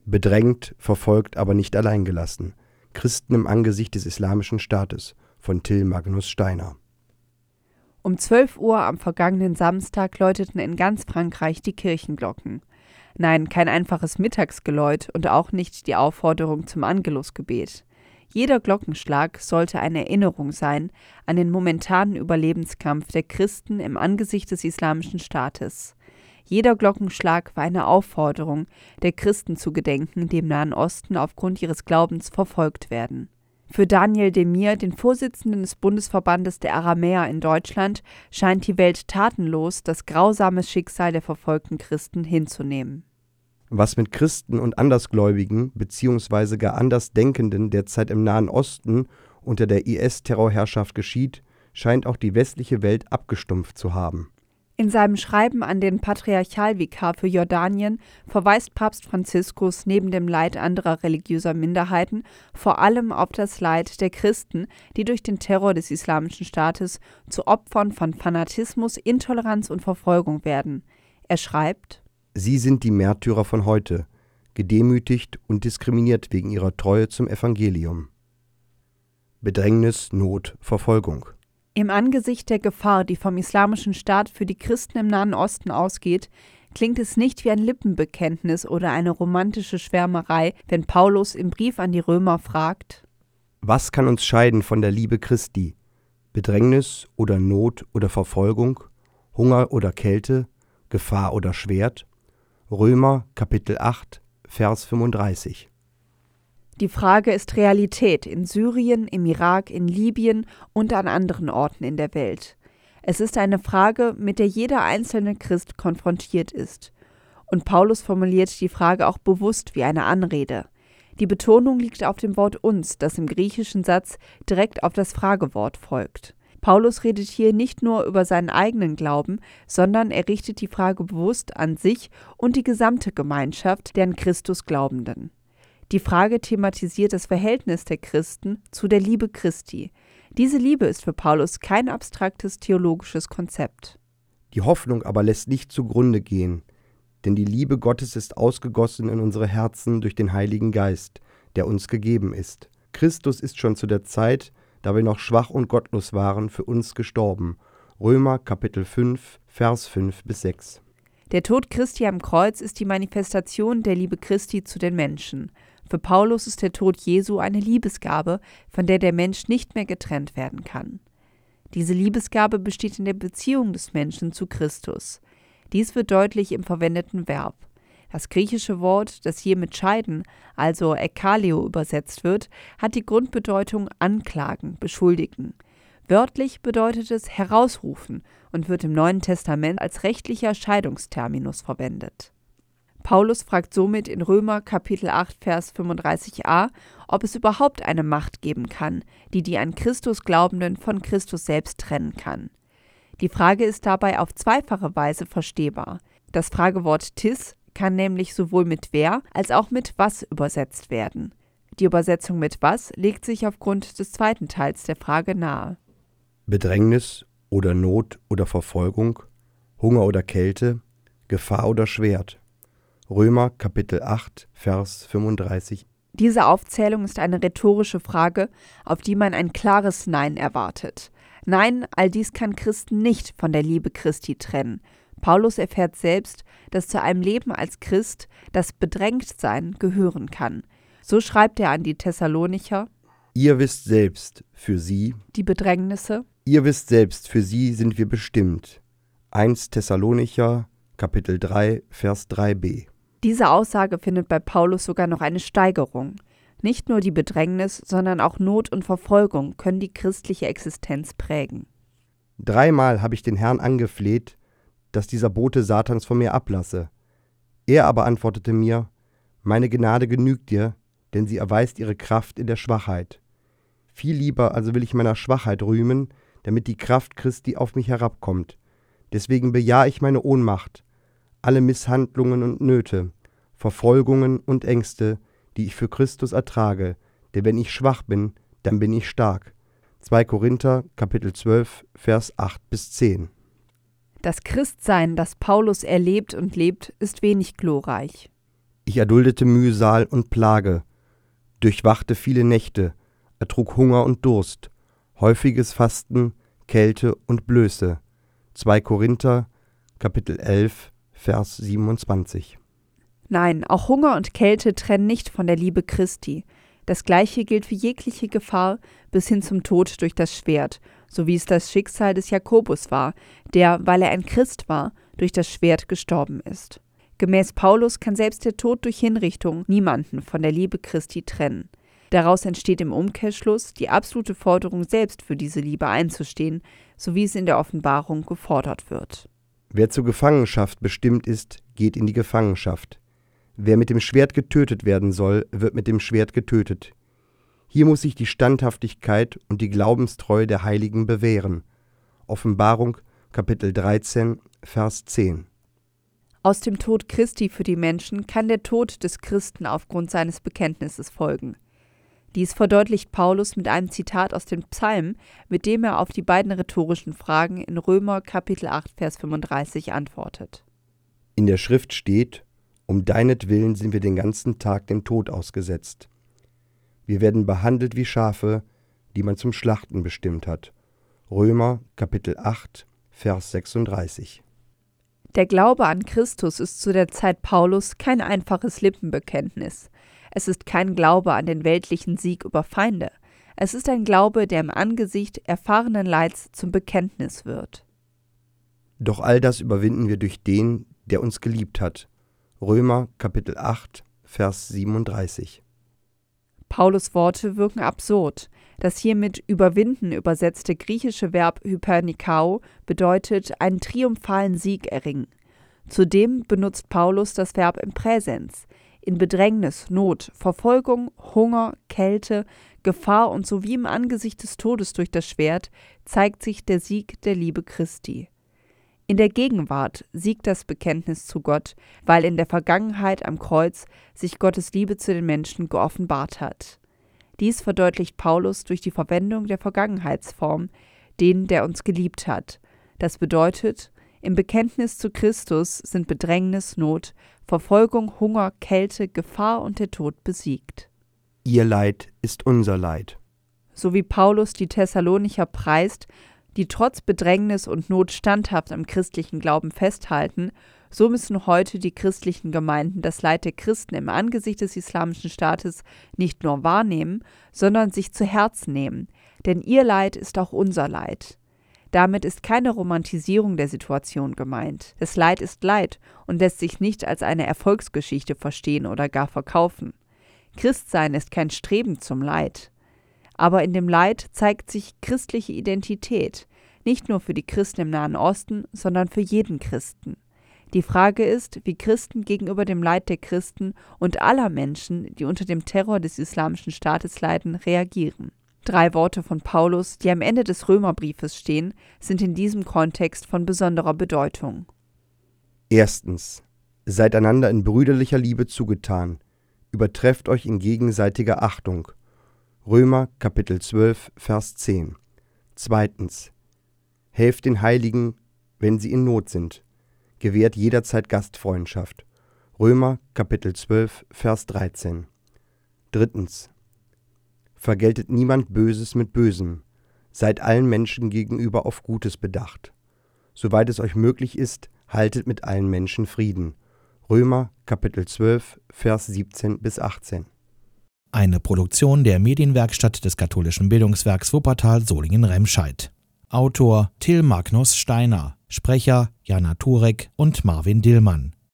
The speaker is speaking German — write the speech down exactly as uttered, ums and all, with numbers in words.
Bedrängt, verfolgt, aber nicht allein gelassen. Christen im Angesicht des Islamischen Staates von Till Magnus Steiner. Um zwölf Uhr am vergangenen Samstag läuteten in ganz Frankreich die Kirchenglocken. Nein, kein einfaches Mittagsgeläut und auch nicht die Aufforderung zum Angelusgebet. Jeder Glockenschlag sollte eine Erinnerung sein an den momentanen Überlebenskampf der Christen im Angesicht des Islamischen Staates. Jeder Glockenschlag war eine Aufforderung, der Christen zu gedenken, die im Nahen Osten aufgrund ihres Glaubens verfolgt werden. Für Daniel Demir, den Vorsitzenden des Bundesverbandes der Aramäer in Deutschland, scheint die Welt tatenlos das grausame Schicksal der verfolgten Christen hinzunehmen. Was mit Christen und Andersgläubigen bzw. gar Andersdenkenden derzeit im Nahen Osten unter der I S-Terrorherrschaft geschieht, scheint auch die westliche Welt abgestumpft zu haben. In seinem Schreiben an den Patriarchalvikar für Jordanien verweist Papst Franziskus neben dem Leid anderer religiöser Minderheiten vor allem auf das Leid der Christen, die durch den Terror des Islamischen Staates zu Opfern von Fanatismus, Intoleranz und Verfolgung werden. Er schreibt: Sie sind die Märtyrer von heute, gedemütigt und diskriminiert wegen ihrer Treue zum Evangelium. Bedrängnis, Not, Verfolgung. Im Angesicht der Gefahr, die vom Islamischen Staat für die Christen im Nahen Osten ausgeht, klingt es nicht wie ein Lippenbekenntnis oder eine romantische Schwärmerei, wenn Paulus im Brief an die Römer fragt: Was kann uns scheiden von der Liebe Christi? Bedrängnis oder Not oder Verfolgung? Hunger oder Kälte? Gefahr oder Schwert? Römer Kapitel acht, Vers fünfunddreißig. Die Frage ist Realität in Syrien, im Irak, in Libyen und an anderen Orten in der Welt. Es ist eine Frage, mit der jeder einzelne Christ konfrontiert ist. Und Paulus formuliert die Frage auch bewusst wie eine Anrede. Die Betonung liegt auf dem Wort uns, das im griechischen Satz direkt auf das Fragewort folgt. Paulus redet hier nicht nur über seinen eigenen Glauben, sondern er richtet die Frage bewusst an sich und die gesamte Gemeinschaft der an Christus Glaubenden. Die Frage thematisiert das Verhältnis der Christen zu der Liebe Christi. Diese Liebe ist für Paulus kein abstraktes theologisches Konzept. Die Hoffnung aber lässt nicht zugrunde gehen, denn die Liebe Gottes ist ausgegossen in unsere Herzen durch den Heiligen Geist, der uns gegeben ist. Christus ist schon zu der Zeit, da wir noch schwach und gottlos waren, für uns gestorben. Römer Kapitel fünf, Vers fünf bis sechs. Der Tod Christi am Kreuz ist die Manifestation der Liebe Christi zu den Menschen. Für Paulus ist der Tod Jesu eine Liebesgabe, von der der Mensch nicht mehr getrennt werden kann. Diese Liebesgabe besteht in der Beziehung des Menschen zu Christus. Dies wird deutlich im verwendeten Verb. Das griechische Wort, das hier mit scheiden, also ekaleo übersetzt wird, hat die Grundbedeutung anklagen, beschuldigen. Wörtlich bedeutet es herausrufen und wird im Neuen Testament als rechtlicher Scheidungsterminus verwendet. Paulus fragt somit in Römer Kapitel acht, Vers fünfunddreißig a, ob es überhaupt eine Macht geben kann, die die an Christus Glaubenden von Christus selbst trennen kann. Die Frage ist dabei auf zweifache Weise verstehbar. Das Fragewort tis kann nämlich sowohl mit wer als auch mit was übersetzt werden. Die Übersetzung mit was legt sich aufgrund des zweiten Teils der Frage nahe. Bedrängnis oder Not oder Verfolgung, Hunger oder Kälte, Gefahr oder Schwert. Römer Kapitel acht, Vers fünfunddreißig. Diese Aufzählung ist eine rhetorische Frage, auf die man ein klares Nein erwartet. Nein, all dies kann Christen nicht von der Liebe Christi trennen. Paulus erfährt selbst, dass zu einem Leben als Christ das Bedrängtsein gehören kann. So schreibt er an die Thessalonicher: Ihr wisst selbst, für sie, die Bedrängnisse, ihr wisst selbst, für sie sind wir bestimmt. erster Thessalonicher, Kapitel drei, Vers drei b. Diese Aussage findet bei Paulus sogar noch eine Steigerung. Nicht nur die Bedrängnis, sondern auch Not und Verfolgung können die christliche Existenz prägen. Dreimal habe ich den Herrn angefleht, dass dieser Bote Satans von mir ablasse. Er aber antwortete mir: Meine Gnade genügt dir, denn sie erweist ihre Kraft in der Schwachheit. Viel lieber also will ich meiner Schwachheit rühmen, damit die Kraft Christi auf mich herabkommt. Deswegen bejahe ich meine Ohnmacht, alle Misshandlungen und Nöte, Verfolgungen und Ängste, die ich für Christus ertrage, denn wenn ich schwach bin, dann bin ich stark. zweiter Korinther, Kapitel zwölf, Vers acht bis zehn. Das Christsein, das Paulus erlebt und lebt, ist wenig glorreich. Ich erduldete Mühsal und Plage, durchwachte viele Nächte, ertrug Hunger und Durst, häufiges Fasten, Kälte und Blöße. zwei Korinther, Kapitel elf, Vers siebenundzwanzig. Nein, auch Hunger und Kälte trennen nicht von der Liebe Christi. Das Gleiche gilt für jegliche Gefahr bis hin zum Tod durch das Schwert, so wie es das Schicksal des Jakobus war, der, weil er ein Christ war, durch das Schwert gestorben ist. Gemäß Paulus kann selbst der Tod durch Hinrichtung niemanden von der Liebe Christi trennen. Daraus entsteht im Umkehrschluss die absolute Forderung, selbst für diese Liebe einzustehen, so wie es in der Offenbarung gefordert wird. Wer zur Gefangenschaft bestimmt ist, geht in die Gefangenschaft. Wer mit dem Schwert getötet werden soll, wird mit dem Schwert getötet. Hier muss sich die Standhaftigkeit und die Glaubenstreue der Heiligen bewähren. Offenbarung, Kapitel dreizehn, Vers zehn. Aus dem Tod Christi für die Menschen kann der Tod des Christen aufgrund seines Bekenntnisses folgen. Dies verdeutlicht Paulus mit einem Zitat aus den Psalmen, mit dem er auf die beiden rhetorischen Fragen in Römer Kapitel acht, Vers fünfunddreißig antwortet. In der Schrift steht: Um deinetwillen sind wir den ganzen Tag dem Tod ausgesetzt. Wir werden behandelt wie Schafe, die man zum Schlachten bestimmt hat. Römer Kapitel acht, Vers sechsunddreißig. Der Glaube an Christus ist zu der Zeit Paulus kein einfaches Lippenbekenntnis. Es ist kein Glaube an den weltlichen Sieg über Feinde. Es ist ein Glaube, der im Angesicht erfahrenen Leids zum Bekenntnis wird. Doch all das überwinden wir durch den, der uns geliebt hat. Römer Kapitel acht, Vers siebenunddreißig. Paulus Worte wirken absurd. Das hier mit überwinden übersetzte griechische Verb hypernikao bedeutet einen triumphalen Sieg erringen. Zudem benutzt Paulus das Verb im Präsens. In Bedrängnis, Not, Verfolgung, Hunger, Kälte, Gefahr und sowie im Angesicht des Todes durch das Schwert zeigt sich der Sieg der Liebe Christi. In der Gegenwart siegt das Bekenntnis zu Gott, weil in der Vergangenheit am Kreuz sich Gottes Liebe zu den Menschen geoffenbart hat. Dies verdeutlicht Paulus durch die Verwendung der Vergangenheitsform, den, der uns geliebt hat. Das bedeutet, im Bekenntnis zu Christus sind Bedrängnis, Not, Verfolgung, Hunger, Kälte, Gefahr und der Tod besiegt. Ihr Leid ist unser Leid. So wie Paulus die Thessalonicher preist, die trotz Bedrängnis und Not standhaft am christlichen Glauben festhalten, so müssen heute die christlichen Gemeinden das Leid der Christen im Angesicht des Islamischen Staates nicht nur wahrnehmen, sondern sich zu Herzen nehmen, denn ihr Leid ist auch unser Leid. Damit ist keine Romantisierung der Situation gemeint. Das Leid ist Leid und lässt sich nicht als eine Erfolgsgeschichte verstehen oder gar verkaufen. Christsein ist kein Streben zum Leid. Aber in dem Leid zeigt sich christliche Identität, nicht nur für die Christen im Nahen Osten, sondern für jeden Christen. Die Frage ist, wie Christen gegenüber dem Leid der Christen und aller Menschen, die unter dem Terror des Islamischen Staates leiden, reagieren. Drei Worte von Paulus, die am Ende des Römerbriefes stehen, sind in diesem Kontext von besonderer Bedeutung. Erstens. Seid einander in brüderlicher Liebe zugetan. Übertrefft euch in gegenseitiger Achtung. Römer Kapitel zwölf, Vers zehn. Zweitens. Helft den Heiligen, wenn sie in Not sind. Gewährt jederzeit Gastfreundschaft. Römer Kapitel zwölf, Vers dreizehn. Drittens. Vergeltet niemand Böses mit Bösem. Seid allen Menschen gegenüber auf Gutes bedacht. Soweit es euch möglich ist, haltet mit allen Menschen Frieden. Römer Kapitel zwölf, Vers siebzehn bis achtzehn. Eine Produktion der Medienwerkstatt des katholischen Bildungswerks Wuppertal Solingen-Remscheid. Autor Till Magnus Steiner, Sprecher Jana Turek und Marvin Dillmann.